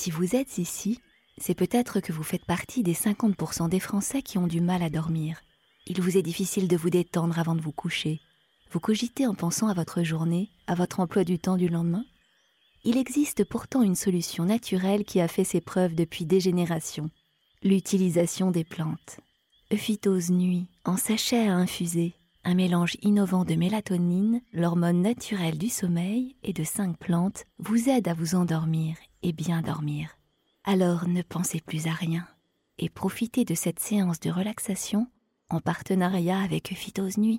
Si vous êtes ici, c'est peut-être que vous faites partie des 50% des Français qui ont du mal à dormir. Il vous est difficile de vous détendre avant de vous coucher. Vous cogitez en pensant à votre journée, à votre emploi du temps du lendemain. Il existe pourtant une solution naturelle qui a fait ses preuves depuis des générations. L'utilisation des plantes. Euphytose nuit, en sachet à infuser. Un mélange innovant de mélatonine, l'hormone naturelle du sommeil, et de 5 plantes vous aide à vous endormir et bien dormir. Alors ne pensez plus à rien et profitez de cette séance de relaxation en partenariat avec Euphytose nuit.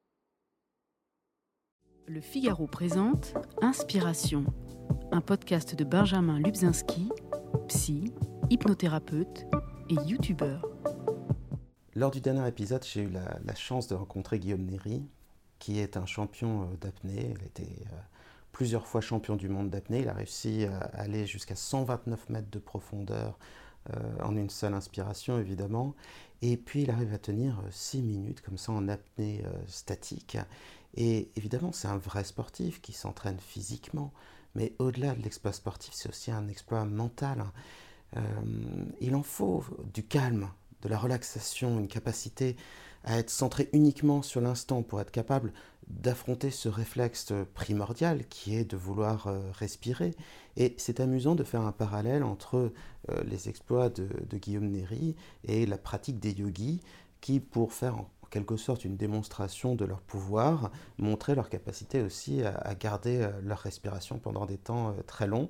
Le Figaro présente Inspiration, un podcast de Benjamin Lubzinski, psy, hypnothérapeute et youtubeur. Lors du dernier épisode, j'ai eu la chance de rencontrer Guillaume Néry, qui est un champion d'apnée. Il a été plusieurs fois champion du monde d'apnée. Il a réussi à aller jusqu'à 129 mètres de profondeur en une seule inspiration, évidemment. Et puis, il arrive à tenir 6 minutes comme ça en apnée statique. Et évidemment, c'est un vrai sportif qui s'entraîne physiquement. Mais au-delà de l'exploit sportif, c'est aussi un exploit mental. Il en faut du calme, de la relaxation, une capacité à être centré uniquement sur l'instant pour être capable d'affronter ce réflexe primordial qui est de vouloir respirer. Et c'est amusant de faire un parallèle entre les exploits de Guillaume Néry et la pratique des yogis qui, pour faire en quelque sorte une démonstration de leur pouvoir, montraient leur capacité aussi à garder leur respiration pendant des temps très longs.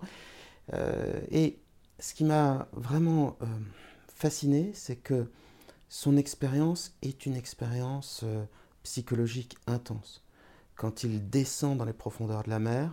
Et ce qui m'a vraiment fasciné, c'est que son expérience est une expérience psychologique intense. Quand il descend dans les profondeurs de la mer,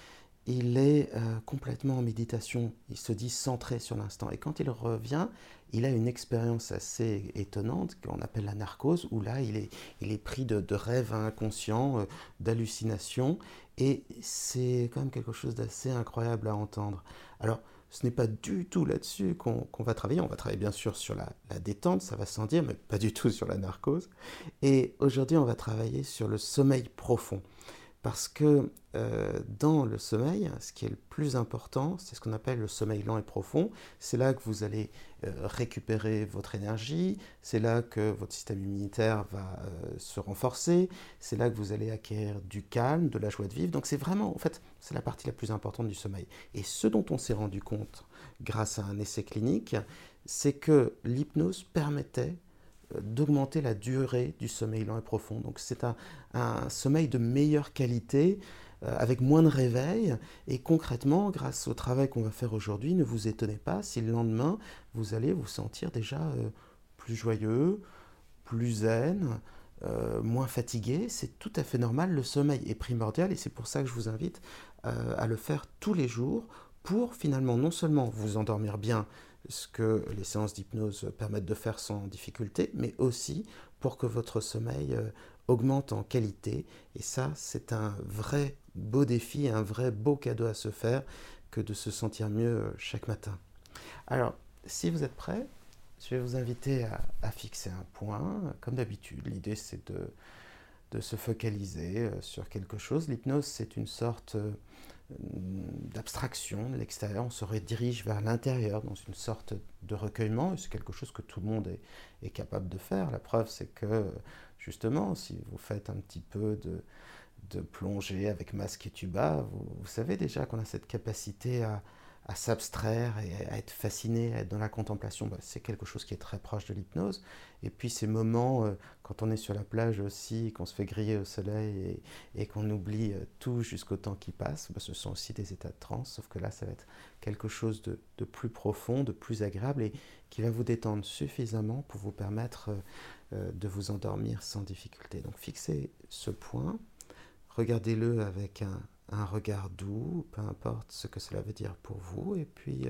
il est complètement en méditation, il se dit centré sur l'instant. Et quand il revient, il a une expérience assez étonnante qu'on appelle la narcose, où là, il est pris de rêves inconscients, d'hallucinations, et c'est quand même quelque chose d'assez incroyable à entendre. Alors, ce n'est pas du tout là-dessus qu'on va travailler. On va travailler bien sûr sur la détente, ça va sans dire, mais pas du tout sur la narcose. Et aujourd'hui, on va travailler sur le sommeil profond. Parce que dans le sommeil, ce qui est le plus important, c'est ce qu'on appelle le sommeil lent et profond. C'est là que vous allez récupérer votre énergie, c'est là que votre système immunitaire va se renforcer, c'est là que vous allez acquérir du calme, de la joie de vivre. Donc c'est vraiment, en fait, c'est la partie la plus importante du sommeil. Et ce dont on s'est rendu compte grâce à un essai clinique, c'est que l'hypnose permettait d'augmenter la durée du sommeil lent et profond. Donc c'est un sommeil de meilleure qualité, avec moins de réveil, et concrètement, grâce au travail qu'on va faire aujourd'hui, ne vous étonnez pas si le lendemain, vous allez vous sentir déjà plus joyeux, plus zen, moins fatigué. C'est tout à fait normal, le sommeil est primordial, et c'est pour ça que je vous invite à le faire tous les jours, pour finalement non seulement vous endormir bien, ce que les séances d'hypnose permettent de faire sans difficulté, mais aussi pour que votre sommeil augmente en qualité. Et ça, c'est un vrai beau défi, un vrai beau cadeau à se faire que de se sentir mieux chaque matin. Alors, si vous êtes prêts, je vais vous inviter à fixer un point. Comme d'habitude, l'idée c'est de se focaliser sur quelque chose. L'hypnose, c'est une sorte d'abstraction de l'extérieur, on se redirige vers l'intérieur dans une sorte de recueillement, et c'est quelque chose que tout le monde est capable de faire. La preuve, c'est que justement, si vous faites un petit peu de plongée avec masque et tuba, vous savez déjà qu'on a cette capacité à s'abstraire et à être fasciné, à être dans la contemplation. C'est quelque chose qui est très proche de l'hypnose. Et puis ces moments, quand on est sur la plage aussi, qu'on se fait griller au soleil et qu'on oublie tout jusqu'au temps qui passe, ce sont aussi des états de transe, sauf que là, ça va être quelque chose de plus profond, de plus agréable, et qui va vous détendre suffisamment pour vous permettre de vous endormir sans difficulté. Donc fixez ce point, regardez-le avec un regard doux, peu importe ce que cela veut dire pour vous, et puis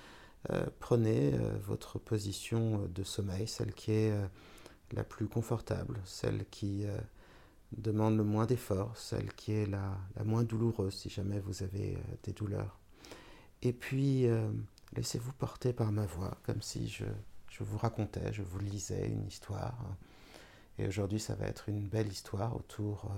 prenez votre position de sommeil, celle qui est la plus confortable, celle qui demande le moins d'efforts, celle qui est la moins douloureuse si jamais vous avez des douleurs. Et puis laissez-vous porter par ma voix, comme si je vous racontais, je vous lisais une histoire. Et aujourd'hui, ça va être une belle histoire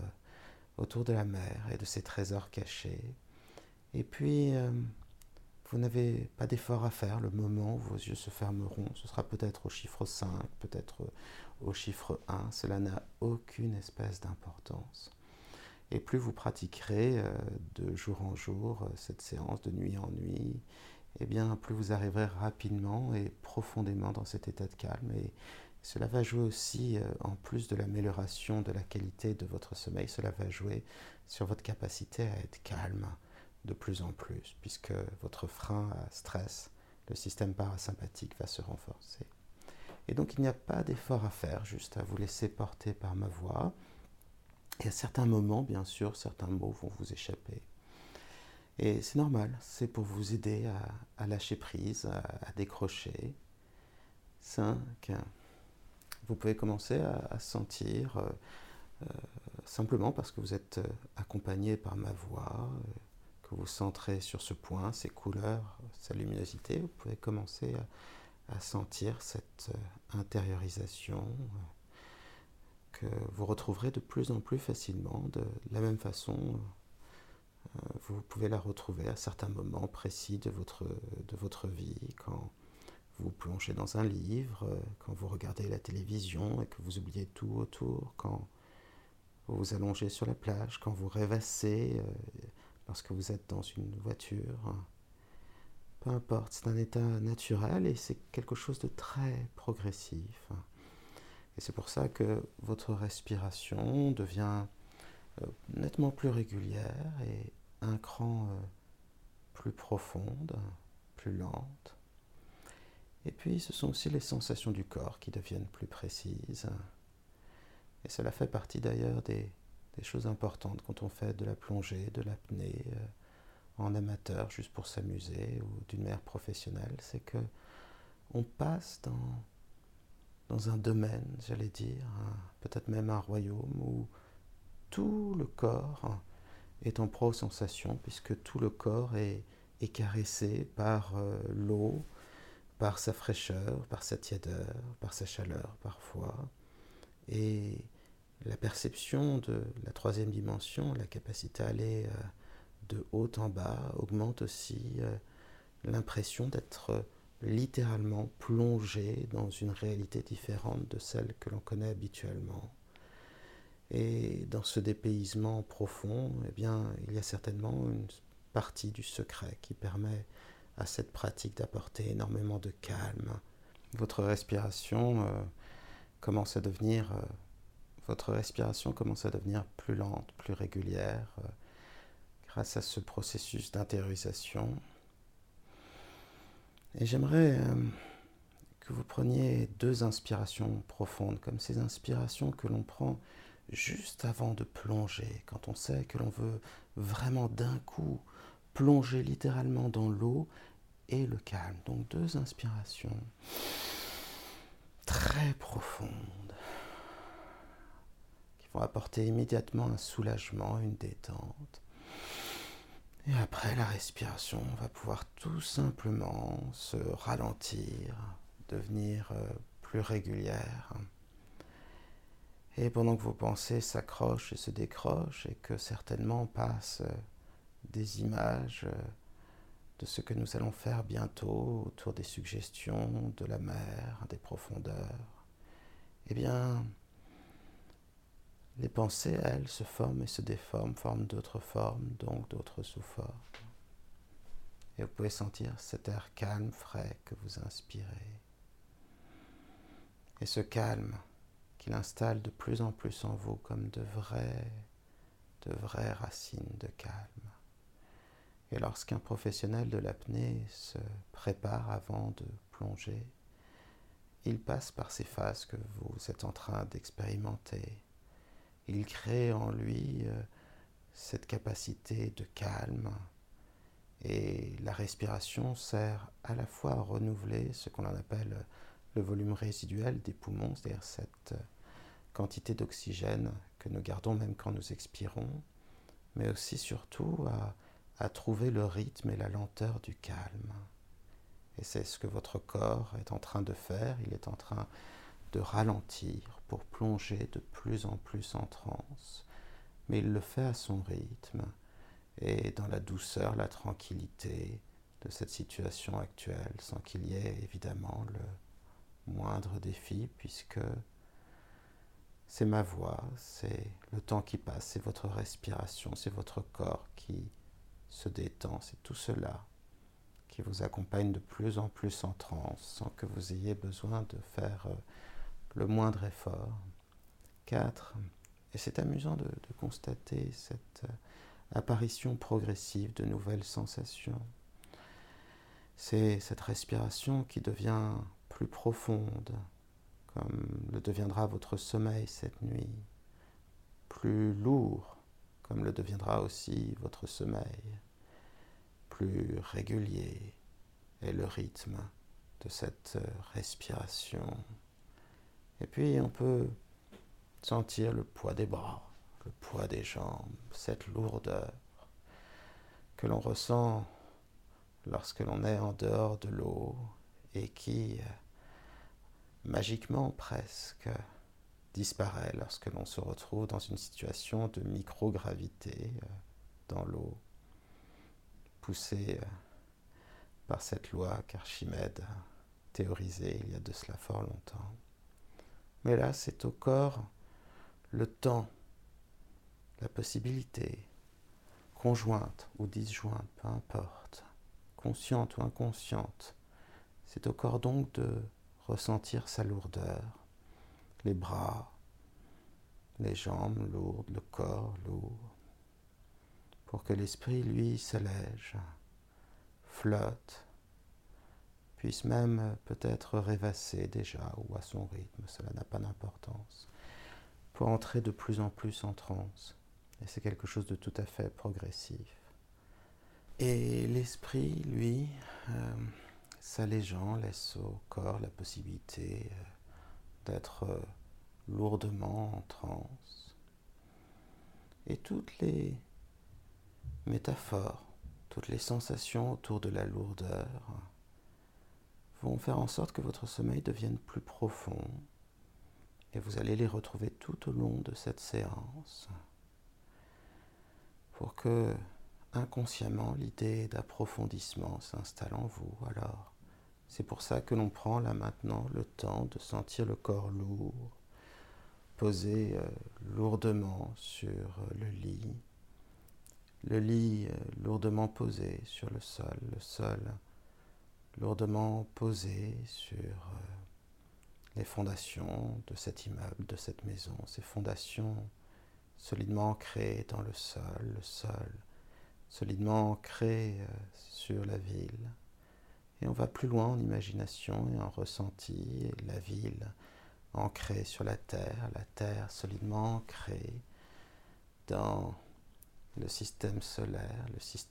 autour de la mer et de ses trésors cachés. Et puis, vous n'avez pas d'effort à faire. Le moment où vos yeux se fermeront, ce sera peut-être au chiffre 5, peut-être au chiffre 1. Cela n'a aucune espèce d'importance. Et plus vous pratiquerez de jour en jour cette séance, de nuit en nuit, eh bien, plus vous arriverez rapidement et profondément dans cet état de calme. Et cela va jouer aussi, en plus de l'amélioration de la qualité de votre sommeil, cela va jouer sur votre capacité à être calme de plus en plus, puisque votre frein à stress, le système parasympathique, va se renforcer. Et donc, il n'y a pas d'effort à faire, juste à vous laisser porter par ma voix. Et à certains moments, bien sûr, certains mots vont vous échapper. Et c'est normal, c'est pour vous aider à lâcher prise, à décrocher. 5. Vous pouvez commencer à sentir, simplement parce que vous êtes accompagné par ma voix, que vous centrez sur ce point, ces couleurs, sa luminosité, vous pouvez commencer à sentir cette intériorisation que vous retrouverez de plus en plus facilement. De la même façon, vous pouvez la retrouver à certains moments précis de votre vie, quand vous plongez dans un livre, quand vous regardez la télévision et que vous oubliez tout autour, quand vous vous allongez sur la plage, quand vous rêvassez lorsque vous êtes dans une voiture. Peu importe, c'est un état naturel et c'est quelque chose de très progressif. Et c'est pour ça que votre respiration devient nettement plus régulière et un cran plus profonde, plus lente. Et puis ce sont aussi les sensations du corps qui deviennent plus précises. Et cela fait partie d'ailleurs des choses importantes quand on fait de la plongée, de l'apnée en amateur, juste pour s'amuser, ou d'une manière professionnelle, c'est que on passe dans un domaine, j'allais dire, peut-être même un royaume, où tout le corps est en pro-sensation, puisque tout le corps est caressé par l'eau, par sa fraîcheur, par sa tiédeur, par sa chaleur parfois. Et la perception de la troisième dimension, la capacité à aller de haut en bas, augmente aussi l'impression d'être littéralement plongé dans une réalité différente de celle que l'on connaît habituellement. Et dans ce dépaysement profond, eh bien, il y a certainement une partie du secret qui permet à cette pratique d'apporter énormément de calme. Votre respiration commence à devenir plus lente, plus régulière, grâce à ce processus d'intériorisation. Et j'aimerais que vous preniez 2 inspirations profondes, comme ces inspirations que l'on prend juste avant de plonger, quand on sait que l'on veut vraiment d'un coup plonger littéralement dans l'eau et le calme. Donc 2 inspirations très profondes qui vont apporter immédiatement un soulagement, une détente. Et après la respiration, on va pouvoir tout simplement se ralentir, devenir plus régulière. Et pendant que vos pensées s'accrochent et se décrochent, et que certainement passent des images de ce que nous allons faire bientôt autour des suggestions, de la mer, des profondeurs, eh bien, les pensées, elles, se forment et se déforment, forment d'autres formes, donc d'autres sous-formes. Et vous pouvez sentir cet air calme, frais que vous inspirez. Et ce calme qu'il installe de plus en plus en vous comme de vraies racines de calme. Et lorsqu'un professionnel de l'apnée se prépare avant de plonger, il passe par ces phases que vous êtes en train d'expérimenter. Il crée en lui cette capacité de calme, et la respiration sert à la fois à renouveler ce qu'on appelle le volume résiduel des poumons, c'est-à-dire cette quantité d'oxygène que nous gardons même quand nous expirons, mais aussi surtout à trouver le rythme et la lenteur du calme. Et c'est ce que votre corps est en train de faire, il est en train de ralentir pour plonger de plus en plus en transe, mais il le fait à son rythme et dans la douceur, la tranquillité de cette situation actuelle sans qu'il y ait évidemment le moindre défi, puisque c'est ma voix, c'est le temps qui passe, c'est votre respiration, c'est votre corps qui se détend, c'est tout cela qui vous accompagne de plus en plus en transe sans que vous ayez besoin de faire le moindre effort. 4. Et c'est amusant de constater cette apparition progressive de nouvelles sensations. C'est cette respiration qui devient plus profonde, comme le deviendra votre sommeil cette nuit, plus lourd, comme le deviendra aussi votre sommeil, plus régulier est le rythme de cette respiration. Et puis on peut sentir le poids des bras, le poids des jambes, cette lourdeur que l'on ressent lorsque l'on est en dehors de l'eau et qui, magiquement presque, disparaît lorsque l'on se retrouve dans une situation de microgravité dans l'eau, poussé par cette loi qu'Archimède a théorisée il y a de cela fort longtemps. Mais là, c'est au corps le temps, la possibilité, conjointe ou disjointe, peu importe, consciente ou inconsciente, c'est au corps donc de ressentir sa lourdeur, les bras, les jambes lourdes, le corps lourd, pour que l'esprit, lui, s'allège, flotte, puisse même peut-être rêvasser déjà ou à son rythme, cela n'a pas d'importance, pour entrer de plus en plus en transe. Et c'est quelque chose de tout à fait progressif. Et l'esprit, lui, s'allégeant, laisse au corps la possibilité d'être lourdement en transe. Et toutes les métaphores, toutes les sensations autour de la lourdeur vont faire en sorte que votre sommeil devienne plus profond et vous allez les retrouver tout au long de cette séance pour que inconsciemment l'idée d'approfondissement s'installe en vous. Alors, c'est pour ça que l'on prend là maintenant le temps de sentir le corps lourd, posé lourdement sur le lit lourdement posé sur le sol lourdement posé sur les fondations de cet immeuble, de cette maison, ces fondations solidement ancrées dans le sol solidement ancrées sur la ville. Et on va plus loin en imagination et en ressenti, et la ville ancrée sur la terre solidement ancrée dans le système solaire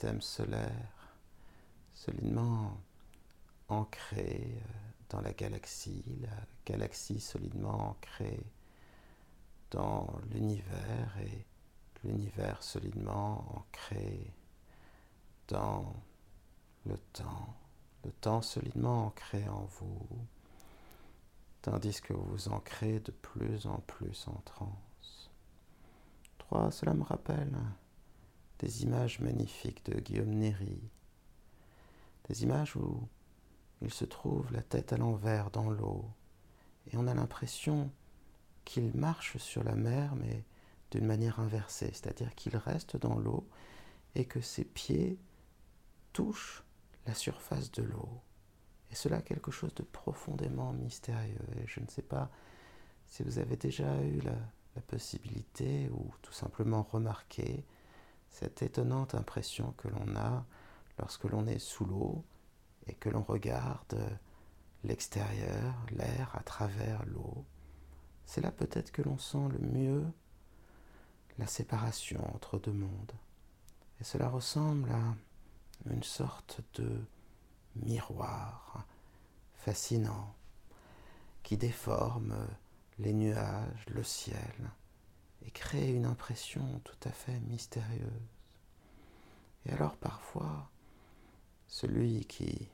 solidement ancré dans la galaxie solidement ancrée dans l'univers et l'univers solidement ancré dans le temps solidement ancré en vous, tandis que vous vous ancrez de plus en plus en transe. 3. Cela me rappelle des images magnifiques de Guillaume Néri, des images où il se trouve la tête à l'envers dans l'eau, et on a l'impression qu'il marche sur la mer, mais d'une manière inversée, c'est-à-dire qu'il reste dans l'eau et que ses pieds touchent la surface de l'eau. Et cela a quelque chose de profondément mystérieux. Et je ne sais pas si vous avez déjà eu la possibilité ou tout simplement remarqué cette étonnante impression que l'on a lorsque l'on est sous l'eau et que l'on regarde l'extérieur, l'air à travers l'eau. C'est là peut-être que l'on sent le mieux la séparation entre deux mondes. Et cela ressemble à une sorte de miroir fascinant qui déforme les nuages, le ciel, et crée une impression tout à fait mystérieuse. Et alors parfois, celui qui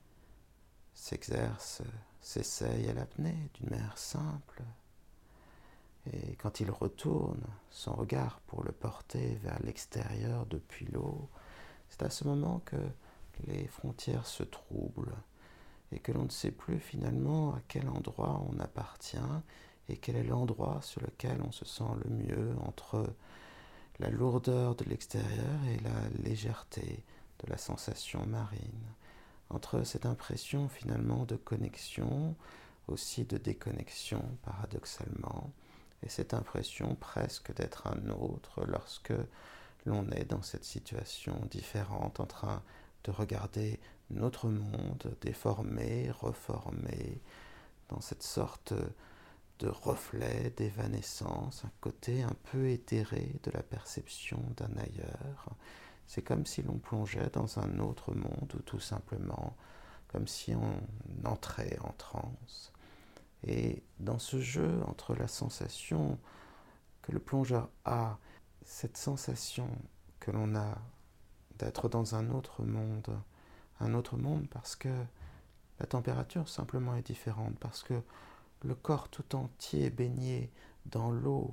s'essaye à l'apnée d'une manière simple, et quand il retourne son regard pour le porter vers l'extérieur depuis l'eau, c'est à ce moment que les frontières se troublent et que l'on ne sait plus finalement à quel endroit on appartient et quel est l'endroit sur lequel on se sent le mieux entre la lourdeur de l'extérieur et la légèreté de la sensation marine, entre cette impression finalement de connexion, aussi de déconnexion paradoxalement, et cette impression presque d'être un autre lorsque l'on est dans cette situation différente en train de regarder notre monde déformé, reformé, dans cette sorte de reflet, d'évanescence, un côté un peu éthéré de la perception d'un ailleurs. C'est comme si l'on plongeait dans un autre monde ou tout simplement comme si on entrait en transe. Et dans ce jeu entre la sensation que le plongeur a, cette sensation que l'on a d'être dans un autre monde parce que la température simplement est différente, parce que le corps tout entier baigné dans l'eau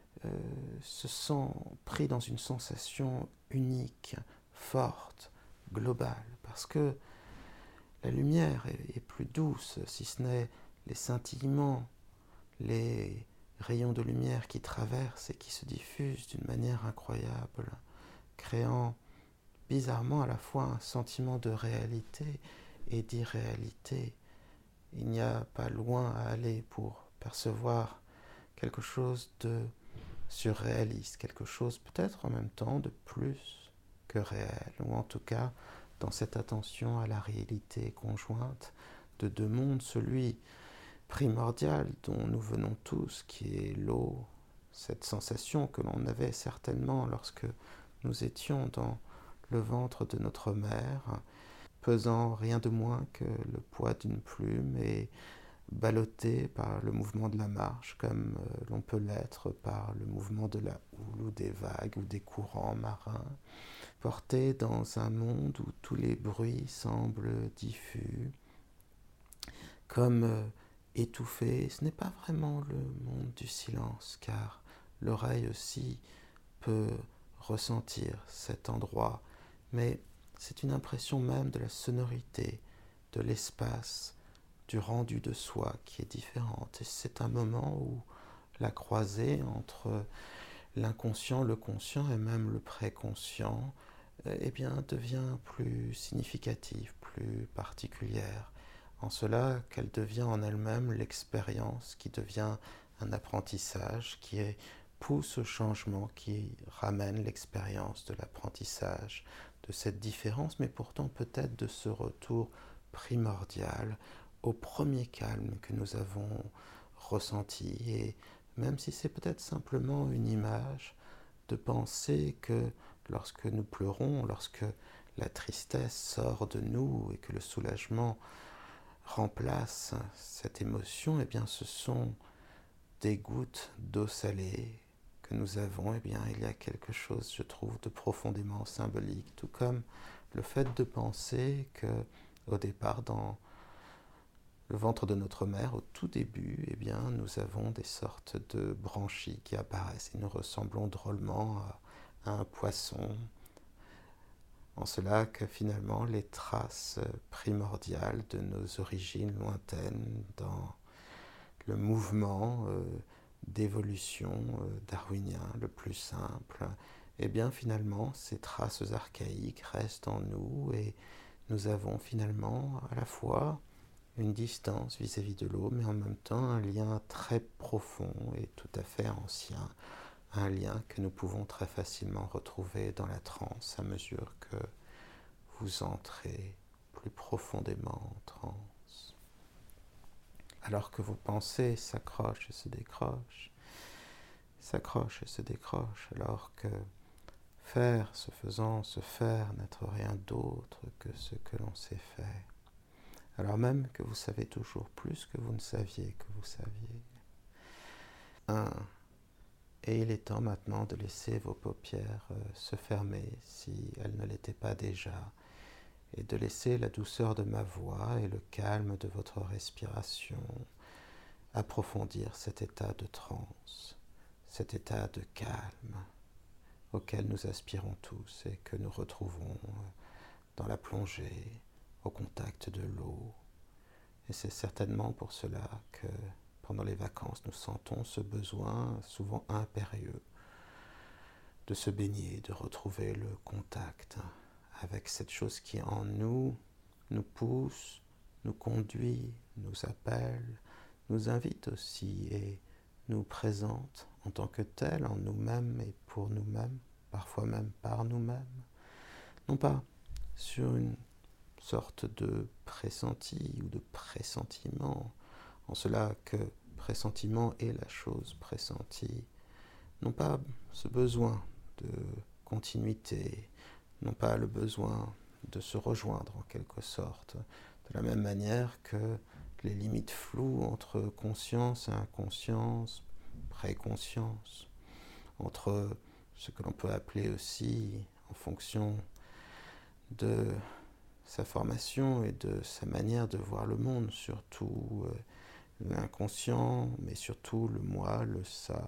se sent pris dans une sensation unique, forte, globale, parce que la lumière est plus douce, si ce n'est les scintillements, les rayons de lumière qui traversent et qui se diffusent d'une manière incroyable, créant bizarrement à la fois un sentiment de réalité et d'irréalité. Il n'y a pas loin à aller pour percevoir quelque chose de surréaliste, quelque chose peut-être en même temps de plus que réel, ou en tout cas dans cette attention à la réalité conjointe de deux mondes, celui primordial dont nous venons tous, qui est l'eau, cette sensation que l'on avait certainement lorsque nous étions dans le ventre de notre mère, pesant rien de moins que le poids d'une plume et ballotté par le mouvement de la marche comme l'on peut l'être par le mouvement de la houle ou des vagues ou des courants marins, porté dans un monde où tous les bruits semblent diffus, comme étouffés. Ce n'est pas vraiment le monde du silence, car l'oreille aussi peut ressentir cet endroit, mais c'est une impression même de la sonorité, de l'espace, du rendu de soi qui est différente. Et c'est un moment où la croisée entre l'inconscient, le conscient et même le préconscient devient plus significative, plus particulière. En cela qu'elle devient en elle-même l'expérience qui devient un apprentissage qui pousse au changement, qui ramène l'expérience de l'apprentissage, de cette différence, mais pourtant peut-être de ce retour primordial au premier calme que nous avons ressenti. Et même si c'est peut-être simplement une image, de penser que lorsque nous pleurons, lorsque la tristesse sort de nous et que le soulagement remplace cette émotion, ce sont des gouttes d'eau salée que nous avons. Il y a quelque chose, je trouve, de profondément symbolique, tout comme le fait de penser que, au départ, dans le ventre de notre mère, au tout début, nous avons des sortes de branchies qui apparaissent et nous ressemblons drôlement à un poisson. En cela que finalement les traces primordiales de nos origines lointaines dans le mouvement d'évolution darwinien le plus simple, finalement ces traces archaïques restent en nous et nous avons finalement à la fois une distance vis-à-vis de l'eau, mais en même temps un lien très profond et tout à fait ancien, un lien que nous pouvons très facilement retrouver dans la transe à mesure que vous entrez plus profondément en transe. Alors que vos pensées s'accrochent et se décrochent, alors que faire, se faisant, se faire n'être rien d'autre que ce que l'on sait faire. Alors même que vous savez toujours plus que vous ne saviez que vous saviez. Et il est temps maintenant de laisser vos paupières se fermer si elles ne l'étaient pas déjà, et de laisser la douceur de ma voix et le calme de votre respiration approfondir cet état de transe, cet état de calme auquel nous aspirons tous et que nous retrouvons dans la plongée, au contact de l'eau. Et c'est certainement pour cela que pendant les vacances, nous sentons ce besoin souvent impérieux de se baigner, de retrouver le contact avec cette chose qui en nous pousse, nous conduit, nous appelle, nous invite aussi et nous présente en tant que tel, en nous-mêmes et pour nous-mêmes, parfois même par nous-mêmes, non pas sur une sorte de pressenti ou de pressentiment, en cela que pressentiment est la chose pressentie, non pas ce besoin de continuité, non pas le besoin de se rejoindre en quelque sorte, de la même manière que les limites floues entre conscience et inconscience, préconscience, entre ce que l'on peut appeler aussi, en fonction de sa formation et de sa manière de voir le monde, surtout l'inconscient, mais surtout le moi, le ça,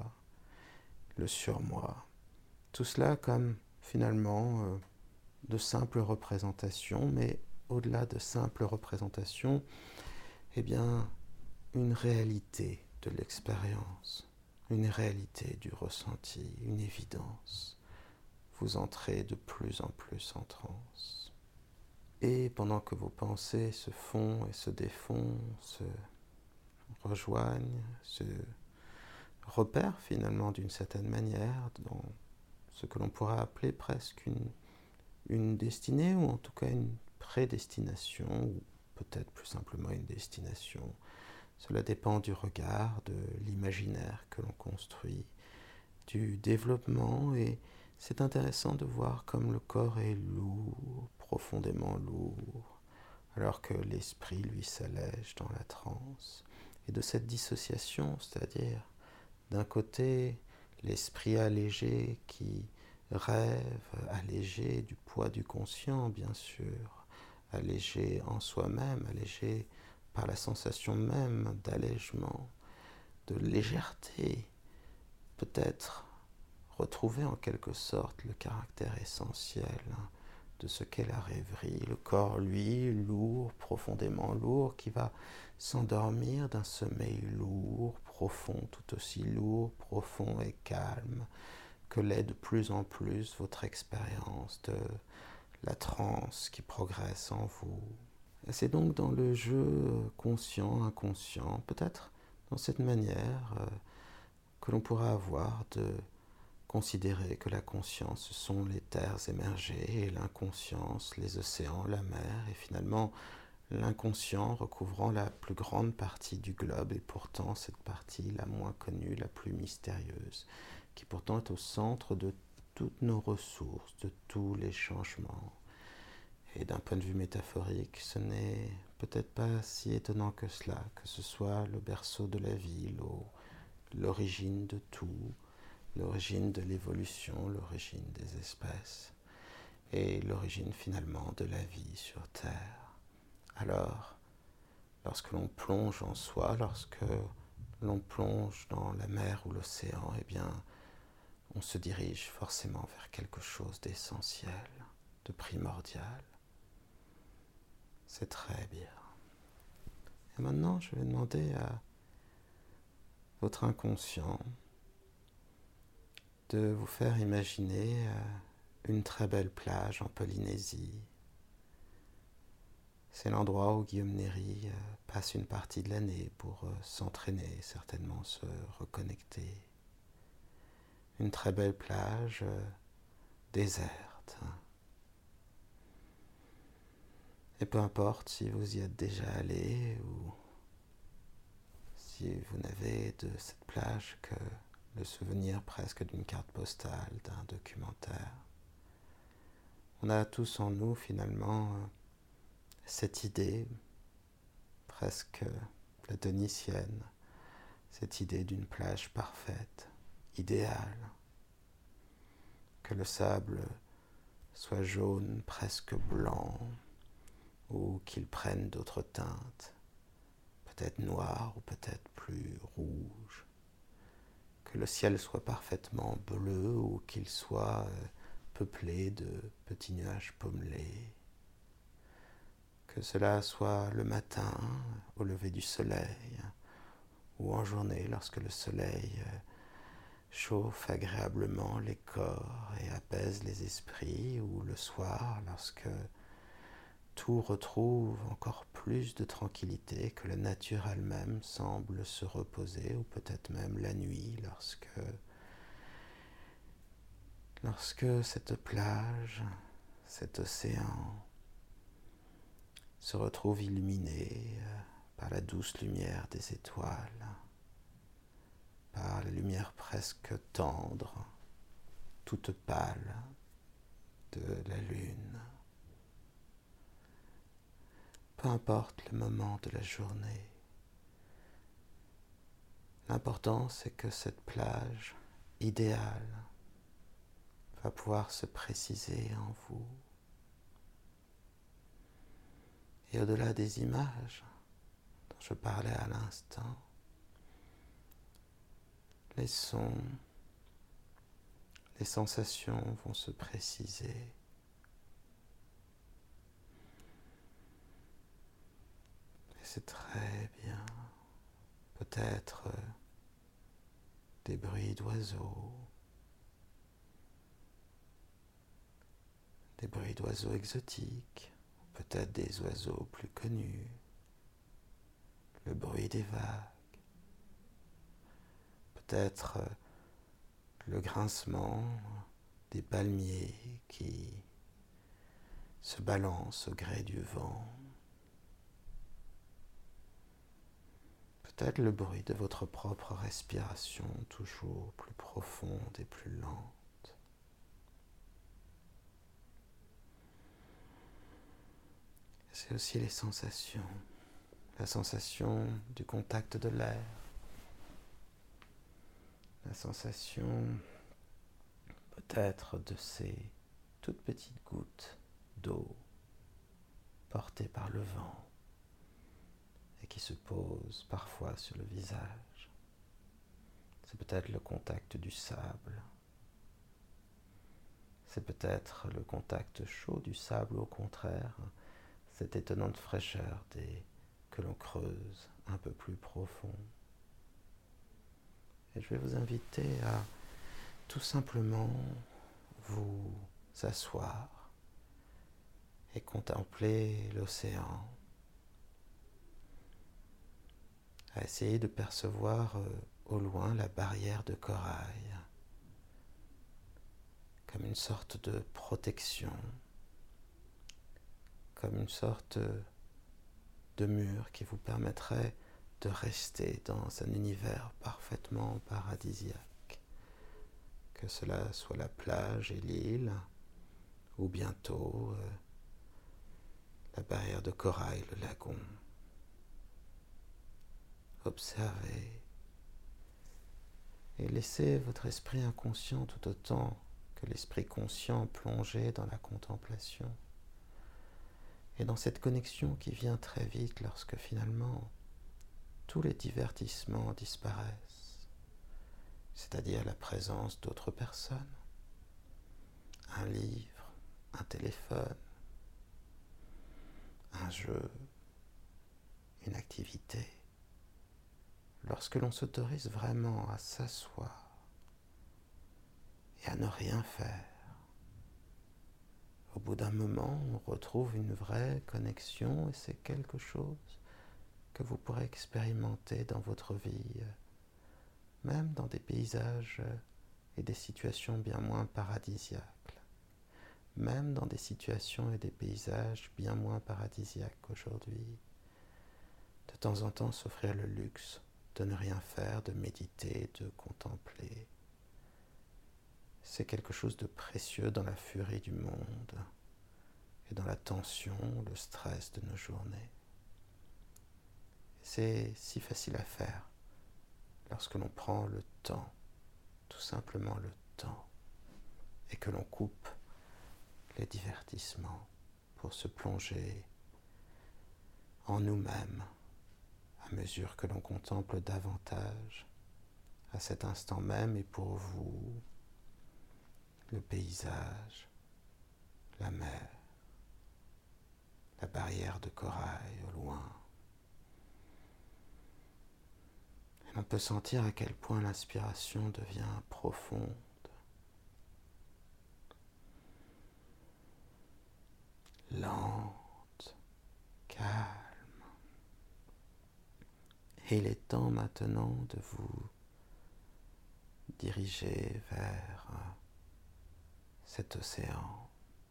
le surmoi. Tout cela comme finalement de simples représentations, mais au-delà de simples représentations, eh bien, une réalité de l'expérience, une réalité du ressenti, une évidence. Vous entrez de plus en plus en transe. Et pendant que vos pensées se font et se défont, se rejoignent, se repèrent finalement d'une certaine manière dans ce que l'on pourrait appeler presque une destinée, ou en tout cas une prédestination, ou peut-être plus simplement une destination. Cela dépend du regard, de l'imaginaire que l'on construit, du développement, et c'est intéressant de voir comme le corps est lourd, profondément lourd, alors que l'esprit, lui, s'allège dans la transe. Et de cette dissociation, c'est-à-dire d'un côté l'esprit allégé qui rêve, allégé du poids du conscient, bien sûr, allégé en soi-même, allégé par la sensation même d'allègement, de légèreté, peut-être retrouver en quelque sorte le caractère essentiel de ce qu'est la rêverie. Le corps, lui, lourd, profondément lourd, qui va s'endormir d'un sommeil lourd, profond, tout aussi lourd, profond et calme, que l'est de plus en plus votre expérience de la transe qui progresse en vous. Et c'est donc dans le jeu conscient, inconscient, peut-être dans cette manière que l'on pourra avoir de considérer que la conscience, ce sont les terres émergées, et l'inconscience, les océans, la mer, et finalement l'inconscient recouvrant la plus grande partie du globe, et pourtant cette partie la moins connue, la plus mystérieuse, qui pourtant est au centre de toutes nos ressources, de tous les changements. Et d'un point de vue métaphorique, ce n'est peut-être pas si étonnant que cela, que ce soit le berceau de la vie, l'origine de tout, l'origine de l'évolution, l'origine des espèces, et l'origine finalement de la vie sur Terre. Alors, lorsque l'on plonge en soi, lorsque l'on plonge dans la mer ou l'océan, eh bien, on se dirige forcément vers quelque chose d'essentiel, de primordial. C'est très bien. Et maintenant, je vais demander à votre inconscient de vous faire imaginer une très belle plage en Polynésie. C'est l'endroit où Guillaume Néri passe une partie de l'année pour s'entraîner, certainement se reconnecter. Une très belle plage déserte. Et peu importe si vous y êtes déjà allé ou si vous n'avez de cette plage que le souvenir presque d'une carte postale, d'un documentaire. On a tous en nous finalement cette idée presque platonicienne, cette idée d'une plage parfaite, idéale, que le sable soit jaune, presque blanc, ou qu'il prenne d'autres teintes, peut-être noires ou peut-être plus rouges, que le ciel soit parfaitement bleu ou qu'il soit peuplé de petits nuages pommelés, Que cela soit le matin, au lever du soleil, ou en journée lorsque le soleil chauffe agréablement les corps et apaise les esprits, ou le soir lorsque tout retrouve encore plus de tranquillité, que la nature elle-même semble se reposer, ou peut-être même la nuit lorsque cette plage, cet océan se retrouve illuminé par la douce lumière des étoiles, par la lumière presque tendre, toute pâle de la lune. Peu importe le moment de la journée, l'important c'est que cette plage idéale va pouvoir se préciser en vous. Et au-delà des images dont je parlais à l'instant, les sons, les sensations vont se préciser. Et c'est très bien. Peut-être des bruits d'oiseaux, des bruits d'oiseaux exotiques, peut-être des oiseaux plus connus, le bruit des vagues, peut-être le grincement des palmiers qui se balancent au gré du vent, peut-être le bruit de votre propre respiration toujours plus profonde et plus lente. C'est aussi les sensations, la sensation du contact de l'air, la sensation peut-être de ces toutes petites gouttes d'eau portées par le vent et qui se posent parfois sur le visage. C'est peut-être le contact du sable, c'est peut-être le contact chaud du sable, ou au contraire, cette étonnante fraîcheur dès que l'on creuse un peu plus profond. Et je vais vous inviter à tout simplement vous asseoir et contempler l'océan, à essayer de percevoir au loin la barrière de corail, comme une sorte de protection, comme une sorte de mur qui vous permettrait de rester dans un univers parfaitement paradisiaque, que cela soit la plage et l'île, ou bientôt la barrière de corail, le lagon. Observez et laissez votre esprit inconscient tout autant que l'esprit conscient plonger dans la contemplation et dans cette connexion qui vient très vite lorsque finalement tous les divertissements disparaissent, c'est-à-dire la présence d'autres personnes, un livre, un téléphone, un jeu, une activité. Lorsque l'on s'autorise vraiment à s'asseoir et à ne rien faire, au bout d'un moment, on retrouve une vraie connexion et c'est quelque chose que vous pourrez expérimenter dans votre vie, même dans des paysages et des situations bien moins paradisiaques, même dans des situations et des paysages bien moins paradisiaques qu'aujourd'hui. De temps en temps, s'offrir le luxe de ne rien faire, de méditer, de contempler. C'est quelque chose de précieux dans la furie du monde et dans la tension, le stress de nos journées. C'est si facile à faire lorsque l'on prend le temps, tout simplement le temps, et que l'on coupe les divertissements pour se plonger en nous-mêmes à mesure que l'on contemple davantage à cet instant même et pour vous le paysage, la mer, la barrière de corail au loin. Et l'on peut sentir à quel point l'inspiration devient profonde. Lente, calme. Et il est temps maintenant de vous diriger vers cet océan.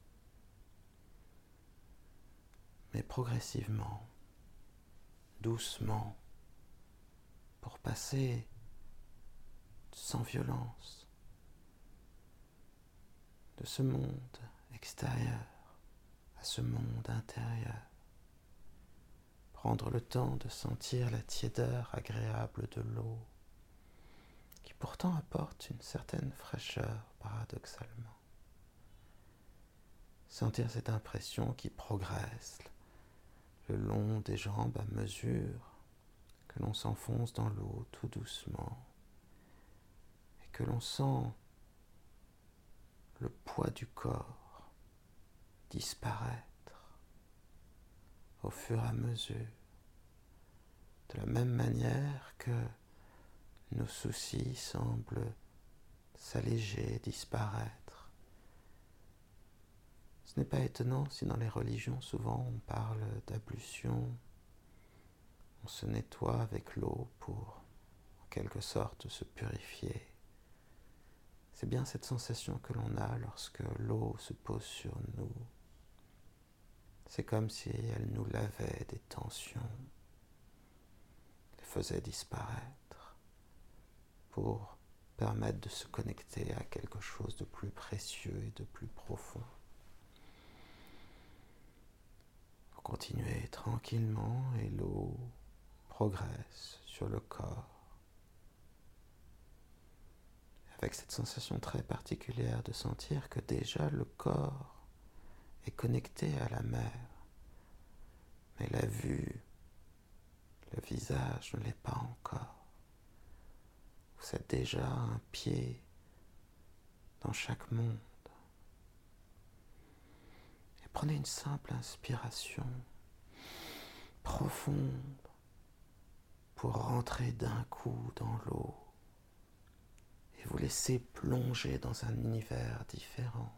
Mais progressivement, doucement, pour passer sans violence de ce monde extérieur à ce monde intérieur. Prendre le temps de sentir la tiédeur agréable de l'eau, qui pourtant apporte une certaine fraîcheur paradoxalement. Sentir cette impression qui progresse le long des jambes à mesure que l'on s'enfonce dans l'eau tout doucement et que l'on sent le poids du corps disparaître au fur et à mesure, de la même manière que nos soucis semblent s'alléger, disparaître. Ce n'est pas étonnant si dans les religions souvent on parle d'ablution, on se nettoie avec l'eau pour en quelque sorte se purifier. C'est bien cette sensation que l'on a lorsque l'eau se pose sur nous. C'est comme si elle nous lavait des tensions, les faisait disparaître, pour permettre de se connecter à quelque chose de plus précieux et de plus profond. Vous continuez tranquillement et l'eau progresse sur le corps, avec cette sensation très particulière de sentir que déjà le corps est connecté à la mer, mais la vue, le visage ne l'est pas encore. Vous êtes déjà un pied dans chaque monde. Et prenez une simple inspiration profonde pour rentrer d'un coup dans l'eau et vous laisser plonger dans un univers différent,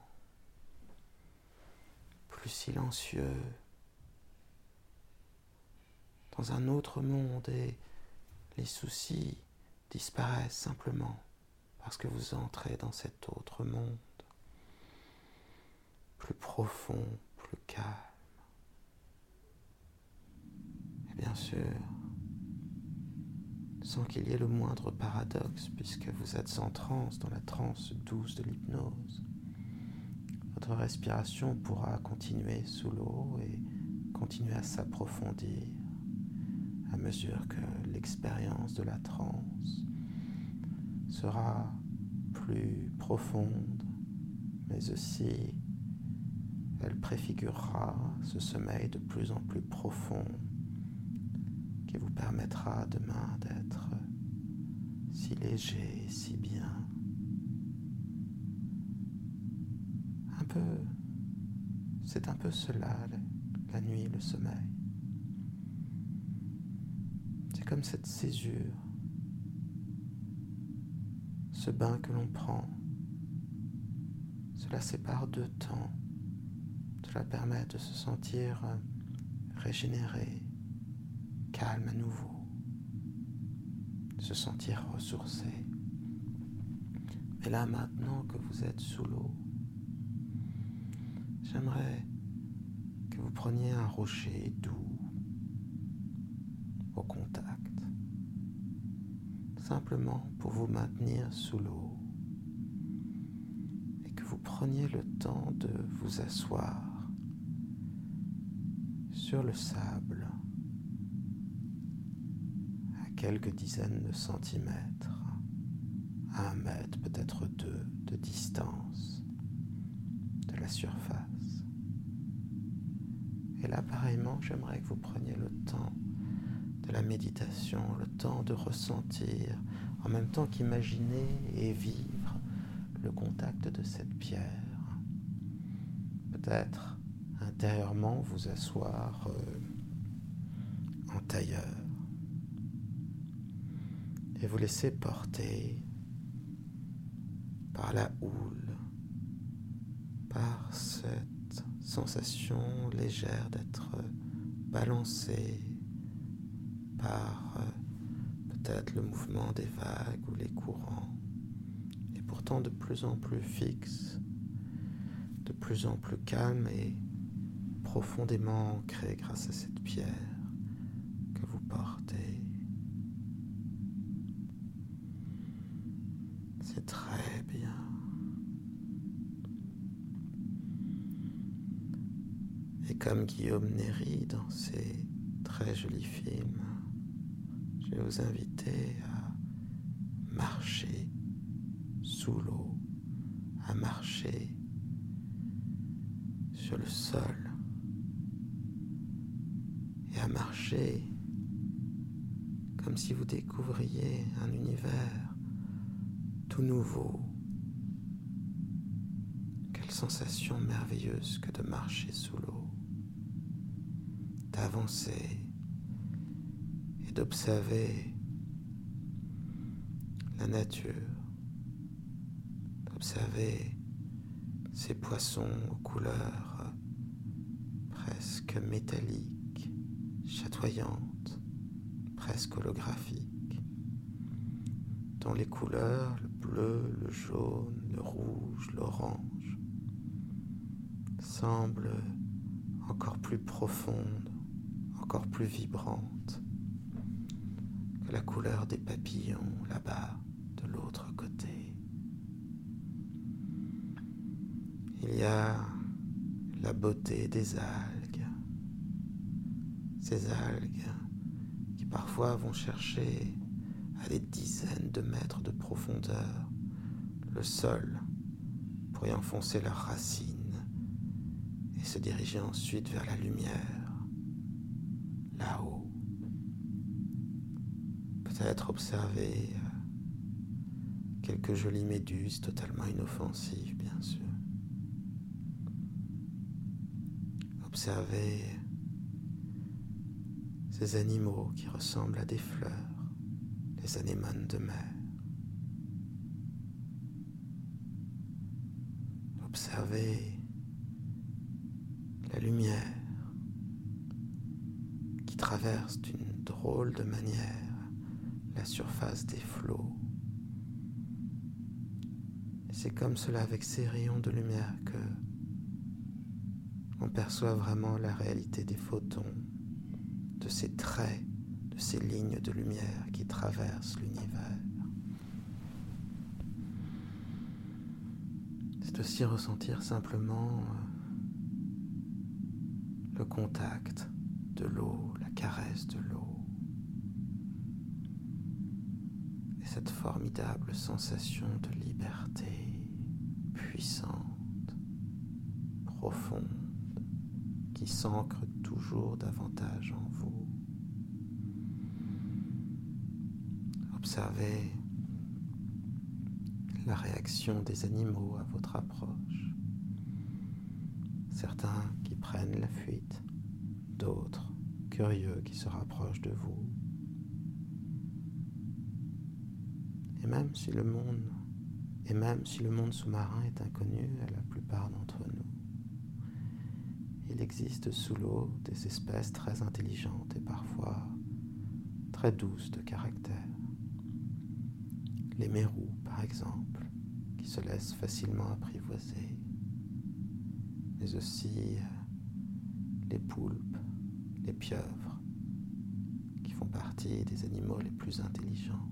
plus silencieux, dans un autre monde, et les soucis disparaissent simplement parce que vous entrez dans cet autre monde, plus profond, plus calme. Et bien sûr, sans qu'il y ait le moindre paradoxe, puisque vous êtes en transe, dans la transe douce de l'hypnose, votre respiration pourra continuer sous l'eau et continuer à s'approfondir à mesure que l'expérience de la transe sera plus profonde, mais aussi elle préfigurera ce sommeil de plus en plus profond qui vous permettra demain d'être si léger, si bien. C'est un peu cela, la nuit, le sommeil. C'est comme cette césure, ce bain que l'on prend. Cela sépare deux temps. Cela permet de se sentir régénéré, calme à nouveau, de se sentir ressourcé. Mais là, maintenant que vous êtes sous l'eau, j'aimerais que vous preniez un rocher doux au contact, simplement pour vous maintenir sous l'eau, et que vous preniez le temps de vous asseoir sur le sable à quelques dizaines de centimètres, à 1 mètre, peut-être 2 de distance de la surface. Et là, pareillement, j'aimerais que vous preniez le temps de la méditation, le temps de ressentir, en même temps qu'imaginer et vivre le contact de cette pierre. Peut-être intérieurement vous asseoir en tailleur et vous laisser porter par la houle, par cette sensation légère d'être balancé par peut-être le mouvement des vagues ou les courants, et pourtant de plus en plus fixe, de plus en plus calme et profondément ancré grâce à cette pierre que vous portez. C'est très bien. Et comme Guillaume Néry dans ses très jolis films, je vais vous inviter à marcher sous l'eau, à marcher sur le sol et à marcher comme si vous découvriez un univers tout nouveau. Quelle sensation merveilleuse que de marcher sous l'eau, d'avancer et d'observer la nature, d'observer ces poissons aux couleurs presque métalliques, chatoyantes, presque holographiques, dont les couleurs, le bleu, le jaune, le rouge, l'orange, semblent encore plus profondes, encore plus vibrantes que la couleur des papillons là-bas de l'autre côté. Il y a la beauté des algues, ces algues qui parfois vont chercher à des dizaines de mètres de profondeur le sol pour y enfoncer leurs racines et se diriger ensuite vers la lumière, là-haut. Peut-être observer quelques jolies méduses totalement inoffensives, bien sûr. Observer ces animaux qui ressemblent à des fleurs, les anémones de mer. Observer la lumière qui traverse d'une drôle de manière la surface des flots. Et c'est comme cela, avec ces rayons de lumière, que on perçoit vraiment la réalité des photons, de ces traits, de ces lignes de lumière qui traversent l'univers. C'est aussi ressentir simplement le contact de l'eau, la caresse de l'eau, et cette formidable sensation de liberté puissante, profonde, qui s'ancre toujours davantage en vous. Observez la réaction des animaux à votre approche. Certains qui prennent la fuite, d'autres curieux qui se rapprochent de vous. Et même si le monde sous-marin est inconnu à la plupart d'entre nous, il existe sous l'eau des espèces très intelligentes et parfois très douces de caractère. Les mérous, par exemple, qui se laissent facilement apprivoiser, mais aussi les poulpes, les pieuvres, qui font partie des animaux les plus intelligents.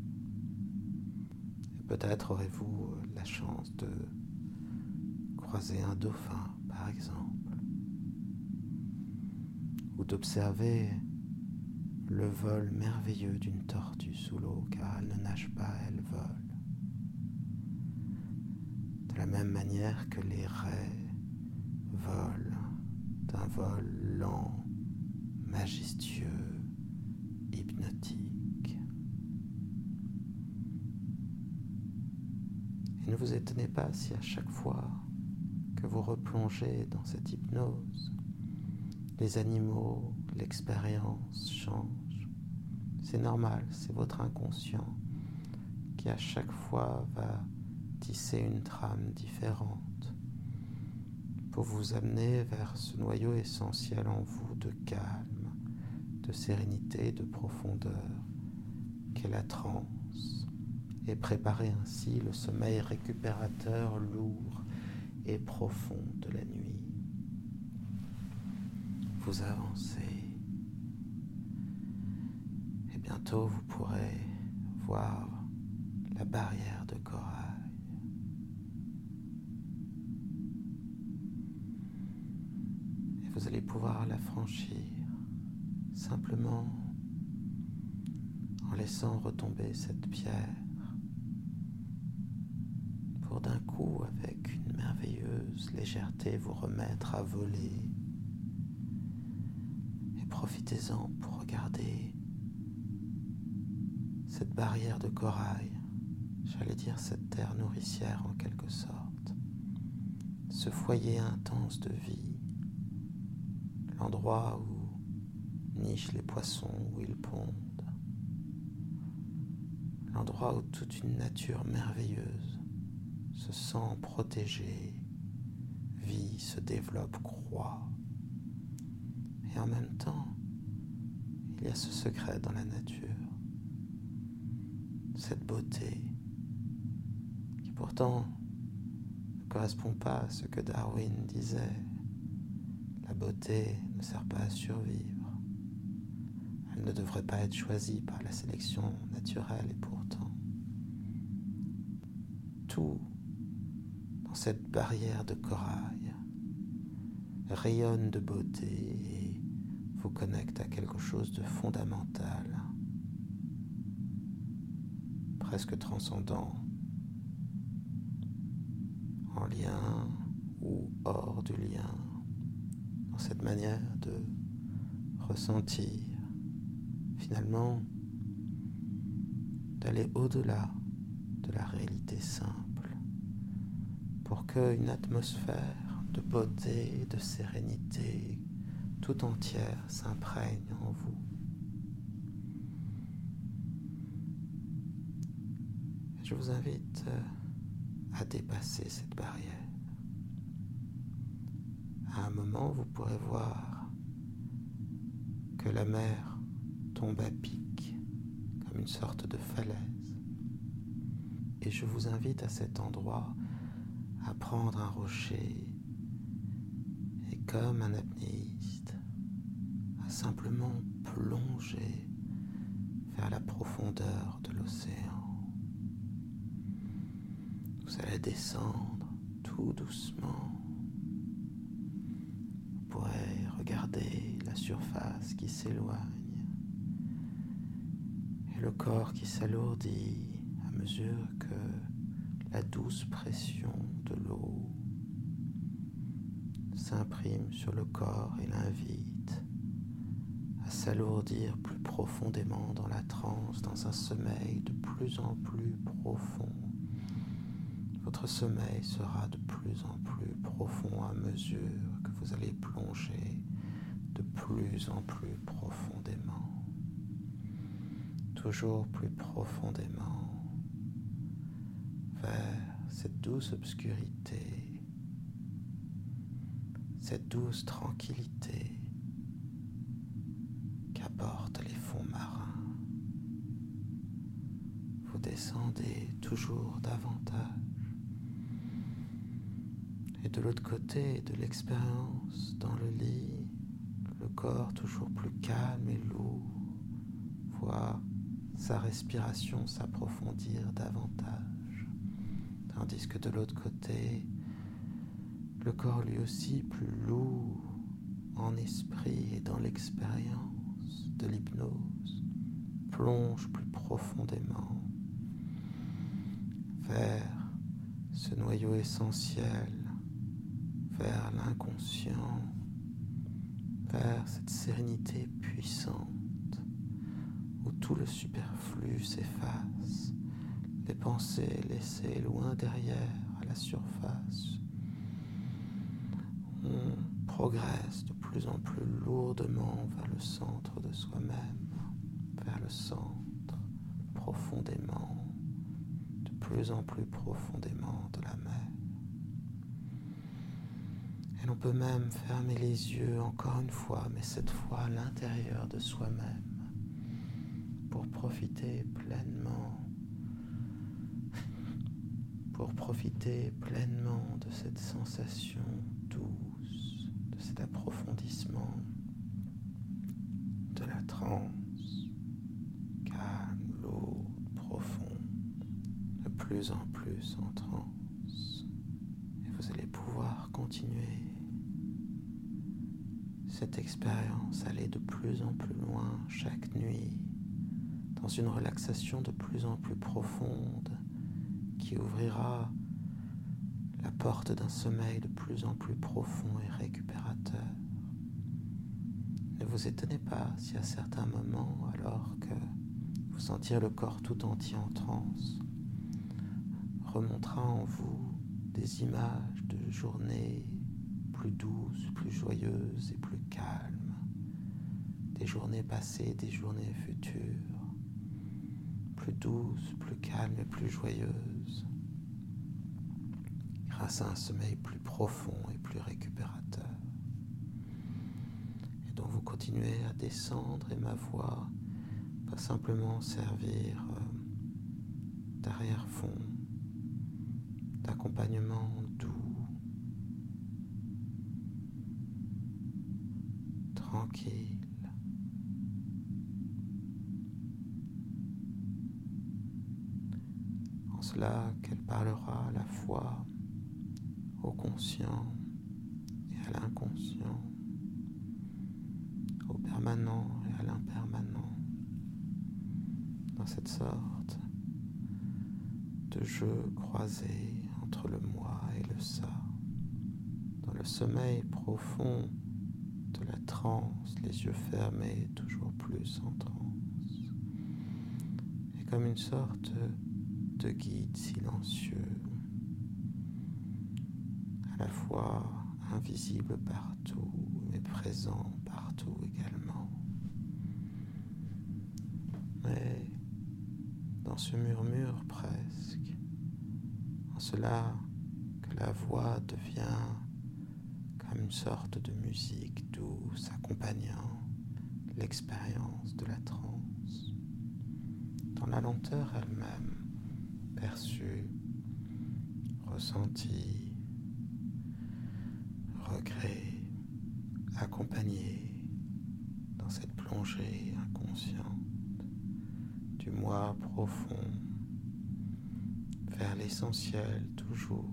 Et peut-être aurez-vous la chance de croiser un dauphin, par exemple, ou d'observer le vol merveilleux d'une tortue sous l'eau, car elle ne nage pas, elle vole. De la même manière que les raies volent d'un vol lent, majestueux, hypnotique. Et ne vous étonnez pas si à chaque fois que vous replongez dans cette hypnose, les animaux, l'expérience changent. C'est normal, c'est votre inconscient qui à chaque fois va tisser une trame différente pour vous amener vers ce noyau essentiel en vous de calme, de sérénité, de profondeur, qu'est la transe, et préparer ainsi le sommeil récupérateur lourd et profond de la nuit. Vous avancez, et bientôt vous pourrez voir la barrière de corail. Et vous allez pouvoir la franchir simplement en laissant retomber cette pierre pour d'un coup, avec une merveilleuse légèreté, vous remettre à voler. Et profitez-en pour regarder cette barrière de corail, j'allais dire cette terre nourricière en quelque sorte, ce foyer intense de vie, l'endroit où nichent les poissons, où ils pondent, l'endroit où toute une nature merveilleuse se sent protégée, vit, se développe, croît. Et en même temps, il y a ce secret dans la nature, cette beauté qui pourtant ne correspond pas à ce que Darwin disait. La beauté ne sert pas à survivre. Elle ne devrait pas être choisie par la sélection naturelle et pourtant, tout dans cette barrière de corail rayonne de beauté et vous connecte à quelque chose de fondamental, presque transcendant, en lien ou hors du lien, dans cette manière de ressentir, finalement, d'aller au-delà de la réalité simple, pour qu'une atmosphère de beauté, de sérénité, tout entière s'imprègne en vous. Je vous invite à dépasser cette barrière. À un moment, vous pourrez voir que la mer tombe à pic, comme une sorte de falaise. Et je vous invite à cet endroit à prendre un rocher et, comme un apnéiste, à simplement plonger vers la profondeur de l'océan. Vous allez descendre tout doucement. Vous pourrez regarder la surface qui s'éloigne et le corps qui s'alourdit à mesure que la douce pression de l'eau s'imprime sur le corps et l'invite à s'alourdir plus profondément dans la transe, dans un sommeil de plus en plus profond. Votre sommeil sera de plus en plus profond à mesure que vous allez plonger de plus en plus profondément, toujours plus profondément vers cette douce obscurité, cette douce tranquillité qu'apportent les fonds marins. Vous descendez toujours davantage. Et de l'autre côté de l'expérience, dans le lit, le corps toujours plus calme et lourd voit sa respiration s'approfondir davantage. Tandis que de l'autre côté, le corps lui aussi plus lourd en esprit et dans l'expérience de l'hypnose plonge plus profondément vers ce noyau essentiel, vers l'inconscient, vers cette sérénité puissante où tout le superflu s'efface, les pensées laissées loin derrière à la surface, On progresse de plus en plus lourdement vers le centre de soi-même, vers le centre, profondément, de plus en plus profondément de la mer. Et l'on peut même fermer les yeux encore une fois, mais cette fois à l'intérieur de soi-même, pour profiter pleinement de cette sensation douce, de cet approfondissement, de la transe, calme, lourde, profonde, de plus en plus en transe. Et vous allez pouvoir continuer cette expérience, aller de plus en plus loin chaque nuit, dans une relaxation de plus en plus profonde qui ouvrira la porte d'un sommeil de plus en plus profond et récupérateur. Ne vous étonnez pas si à certains moments, alors que vous sentirez le corps tout entier en transe, remontera en vous des images de journées plus douces, plus joyeuses et plus calmes, des journées passées, des journées futures, plus douces, plus calmes et plus joyeuses, grâce à un sommeil plus profond et plus récupérateur. Et donc vous continuez à descendre et ma voix va simplement servir d'arrière-fond, d'accompagnement doux, tranquille. En cela qu'elle parlera à la fois au conscient et à l'inconscient, au permanent et à l'impermanent, dans cette sorte de jeu croisé entre le moi et le ça, dans le sommeil profond de la transe, les yeux fermés, toujours plus en transe, et comme une sorte de guide silencieux, à la fois invisible partout, mais présent partout également. Mais dans ce murmure presque, en cela que la voix devient comme une sorte de musique douce accompagnant l'expérience de la transe, dans la lenteur elle-même, perçue, ressentie, regret, accompagné dans cette plongée inconsciente du moi profond vers l'essentiel toujours,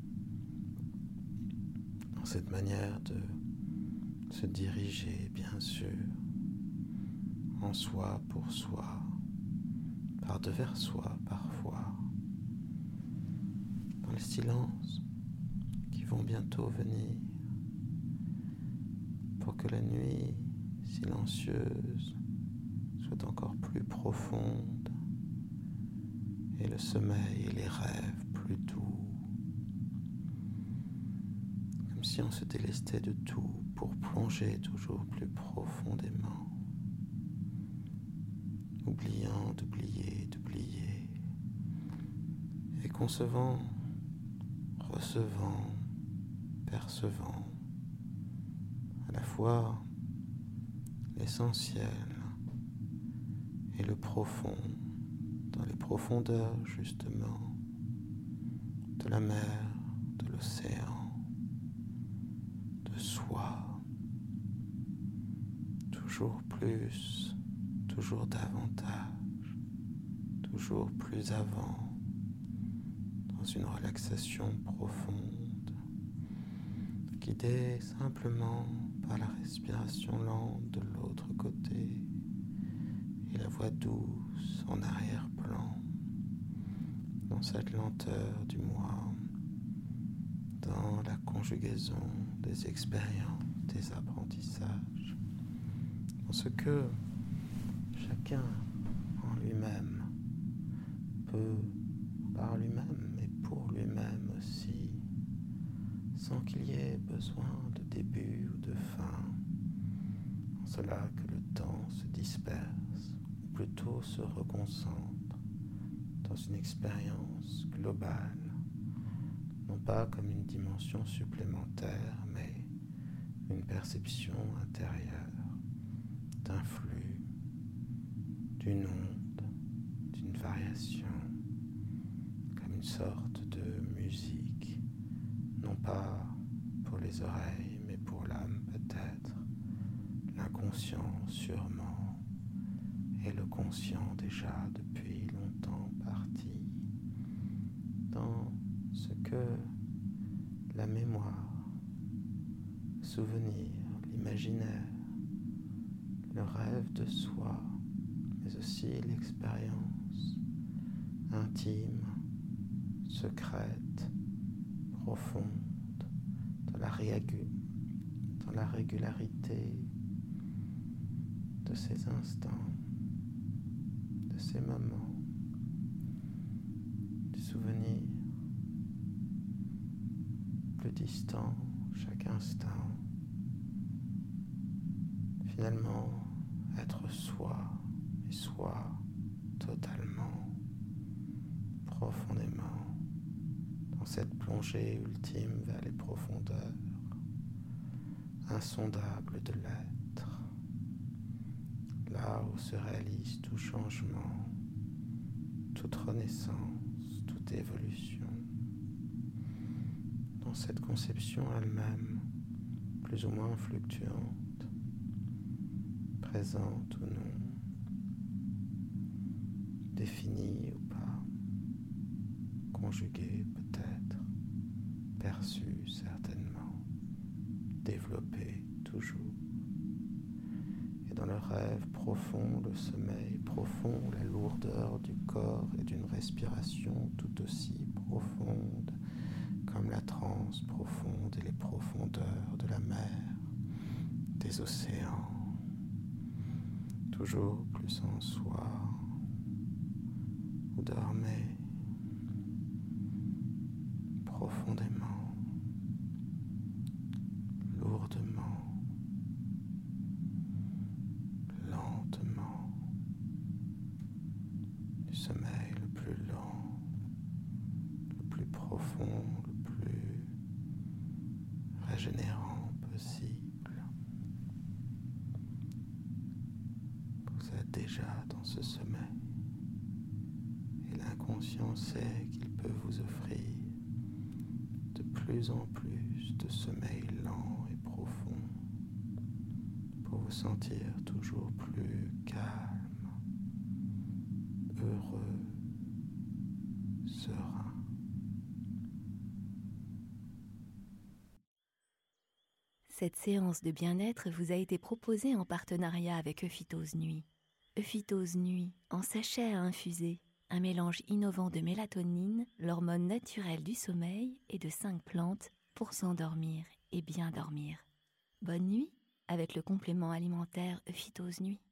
dans cette manière de se diriger bien sûr en soi pour soi, par devers soi parfois, dans les silences qui vont bientôt venir, pour que la nuit silencieuse soit encore plus profonde et le sommeil et les rêves plus doux, comme si on se délestait de tout pour plonger toujours plus profondément, oubliant d'oublier, et concevant, recevant, percevant à la fois l'essentiel et le profond, dans les profondeurs justement de la mer, de l'océan, de soi, toujours plus, toujours davantage, toujours plus avant, dans une relaxation profonde, guidée simplement par la respiration lente de l'autre côté et la voix douce en arrière-plan, dans cette lenteur du moi, dans la conjugaison des expériences, des apprentissages, dans ce que chacun en lui-même peut, par lui-même et pour lui-même aussi, sans qu'il y ait besoin de début ou de fin, en cela que le temps se disperse, ou plutôt se reconcentre dans une expérience globale, non pas comme une dimension supplémentaire, mais une perception intérieure d'un flux, d'une onde, d'une variation, comme une sorte de musique, non pas pour les oreilles, mais pour l'âme peut-être, l'inconscient sûrement, et le conscient déjà depuis longtemps parti, dans ce que la mémoire, le souvenir, l'imaginaire, le rêve de soi, mais aussi l'expérience intime, secrète, profonde, dans la régularité de ces instants, de ces moments, du souvenir plus distant chaque instant. Finalement, être soi et soi totalement, profondément, dans cette plongée ultime vers les profondeurs insondables de l'être, là où se réalise tout changement, toute renaissance, toute évolution, dans cette conception elle-même, plus ou moins fluctuante, présente ou non, définie ou pas, conjuguée peut-être, perçue certainement, développée toujours. Et dans le rêve profond, le sommeil profond, la lourdeur du corps et d'une respiration tout aussi profonde, comme la transe profonde et les profondeurs de la mer, des océans, toujours plus en soi, où dormez profondément, lourdement, lentement, du sommeil le plus lent, le plus profond, le plus régénérant possible. Vous êtes déjà dans ce sommeil et l'inconscient sait qu'il peut vous offrir de plus en plus de sommeil lent et profond pour vous sentir toujours plus calme, heureux, serein. Cette séance de bien-être vous a été proposée en partenariat avec Euphytose Nuit. Euphytose Nuit, en sachet à infuser, un mélange innovant de mélatonine, l'hormone naturelle du sommeil, et de 5 plantes pour s'endormir et bien dormir. Bonne nuit avec le complément alimentaire Euphytose Nuit.